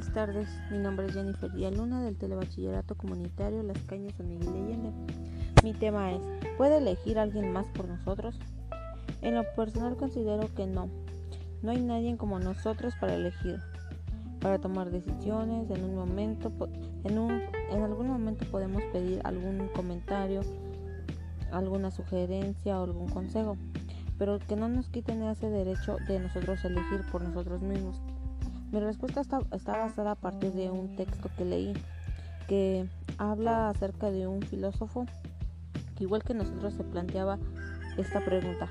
Buenas tardes, mi nombre es Jennifer y alumna del Telebachillerato Comunitario Las Cañas San Miguel de Allende. Mi tema es: ¿puede elegir alguien más por nosotros? En lo personal considero que no hay nadie como nosotros para elegir, para tomar decisiones. En algún momento podemos pedir algún comentario, alguna sugerencia o algún consejo, pero que no nos quiten ese derecho de nosotros elegir por nosotros mismos. Mi respuesta está basada a partir de un texto que leí, que habla acerca de un filósofo que, igual que nosotros, se planteaba esta pregunta: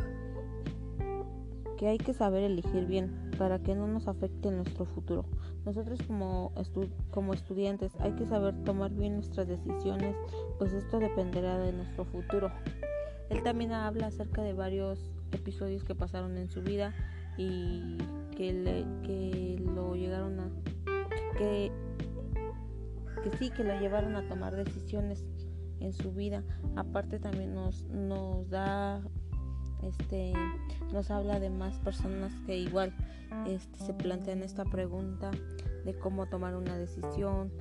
que hay que saber elegir bien para que no nos afecte en nuestro futuro. Nosotros como estudiantes hay que saber tomar bien nuestras decisiones, pues esto dependerá de nuestro futuro. Él también habla acerca de varios episodios que pasaron en su vida y que lo llevaron a tomar decisiones en su vida. Aparte también nos habla de más personas que igual se plantean esta pregunta de cómo tomar una decisión,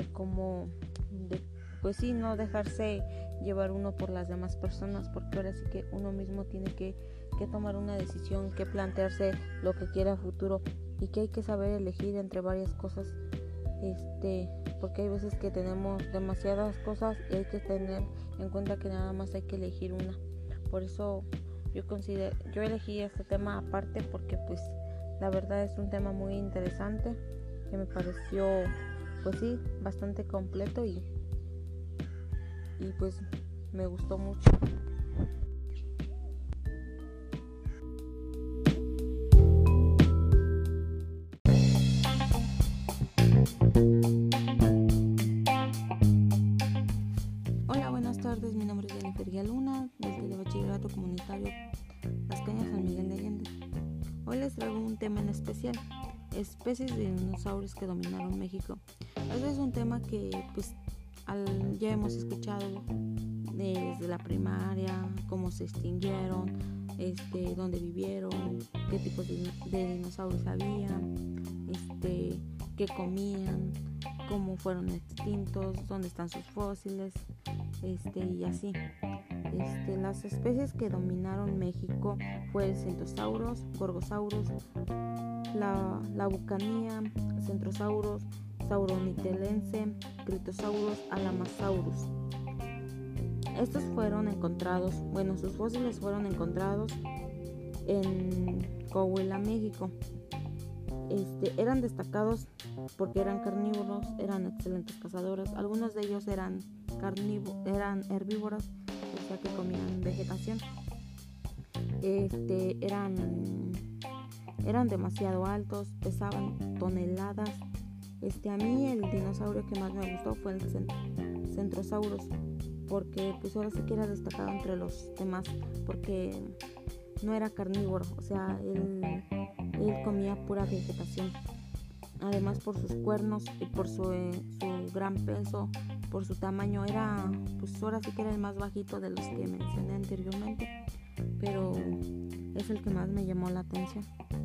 no dejarse llevar uno por las demás personas, porque ahora sí que uno mismo tiene que tomar una decisión, que plantearse lo que quiere a futuro, y que hay que saber elegir entre varias cosas, porque hay veces que tenemos demasiadas cosas y hay que tener en cuenta que nada más hay que elegir una. Por eso yo elegí este tema aparte, porque pues la verdad es un tema muy interesante, que me pareció bastante completo y pues me gustó mucho. Hola, buenas tardes, mi nombre es Jennifer y alumna del Telebachillerato Comunitario Las Cañas San Miguel de Allende. Hoy les traigo un tema en especial: especies de dinosaurios que dominaron México. Este es un tema que ya hemos escuchado desde la primaria, cómo se extinguieron, dónde vivieron, qué tipos de dinosaurios había, qué comían, cómo fueron extintos, dónde están sus fósiles, y así. Las especies que dominaron México fue el Centrosaurus, Gorgosaurus, la Bucanía, Centrosaurus, Sauronitelense, Critosaurus, Alamasaurus. Estos fueron encontrados, sus fósiles fueron encontrados en Coahuila, México. Eran destacados porque eran carnívoros, eran excelentes cazadores. Algunos de ellos eran herbívoros, o sea que comían vegetación. Eran demasiado altos, pesaban toneladas. A mí el dinosaurio que más me gustó fue el Centrosaurus, porque ahora sí que era destacado entre los demás, porque no era carnívoro, o sea, él comía pura vegetación. Además, por sus cuernos y por su gran peso, por su tamaño, ahora sí que era el más bajito de los que mencioné anteriormente, pero es el que más me llamó la atención.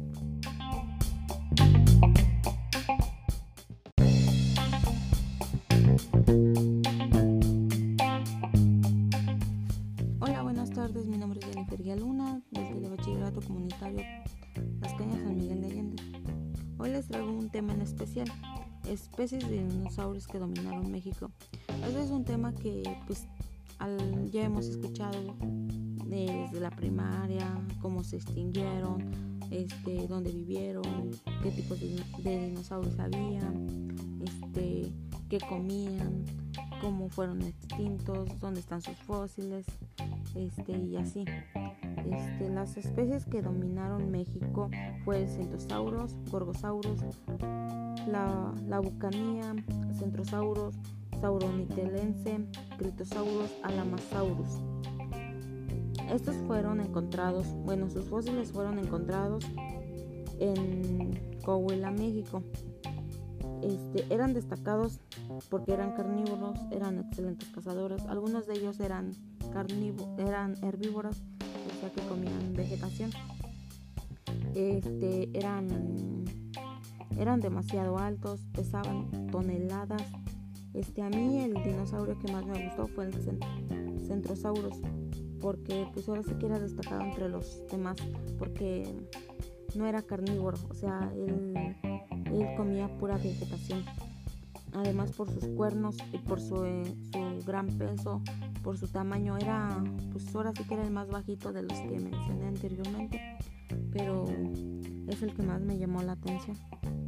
Hola, buenas tardes, mi nombre es Jennifer y alumna del Telebachillerato Comunitario Las Cañas San Miguel de Allende. Hoy les traigo un tema en especial: especies de dinosaurios que dominaron México. Este es un tema que ya hemos escuchado desde la primaria, cómo se extinguieron, dónde vivieron, qué tipos de dinosaurios había, qué comían, cómo fueron extintos, dónde están sus fósiles, y así. Las especies que dominaron México fue el Centrosaurus, Gorgosaurus, la Bucanía, Centrosaurus, Sauronitelense, Critosaurus, Alamasaurus. Estos fueron encontrados, sus fósiles fueron encontrados en Coahuila, México. Eran destacados porque eran carnívoros, eran excelentes cazadores. Algunos de ellos eran herbívoros, o sea que comían vegetación. eran demasiado altos, pesaban toneladas. A mí el dinosaurio que más me gustó fue el Centrosaurus, porque pues ahora sí que era destacado entre los demás, porque no era carnívoro, o sea, él comía pura vegetación. Además, por sus cuernos y por su gran peso, por su tamaño, era, pues ahora sí que era el más bajito de los que mencioné anteriormente, pero es el que más me llamó la atención.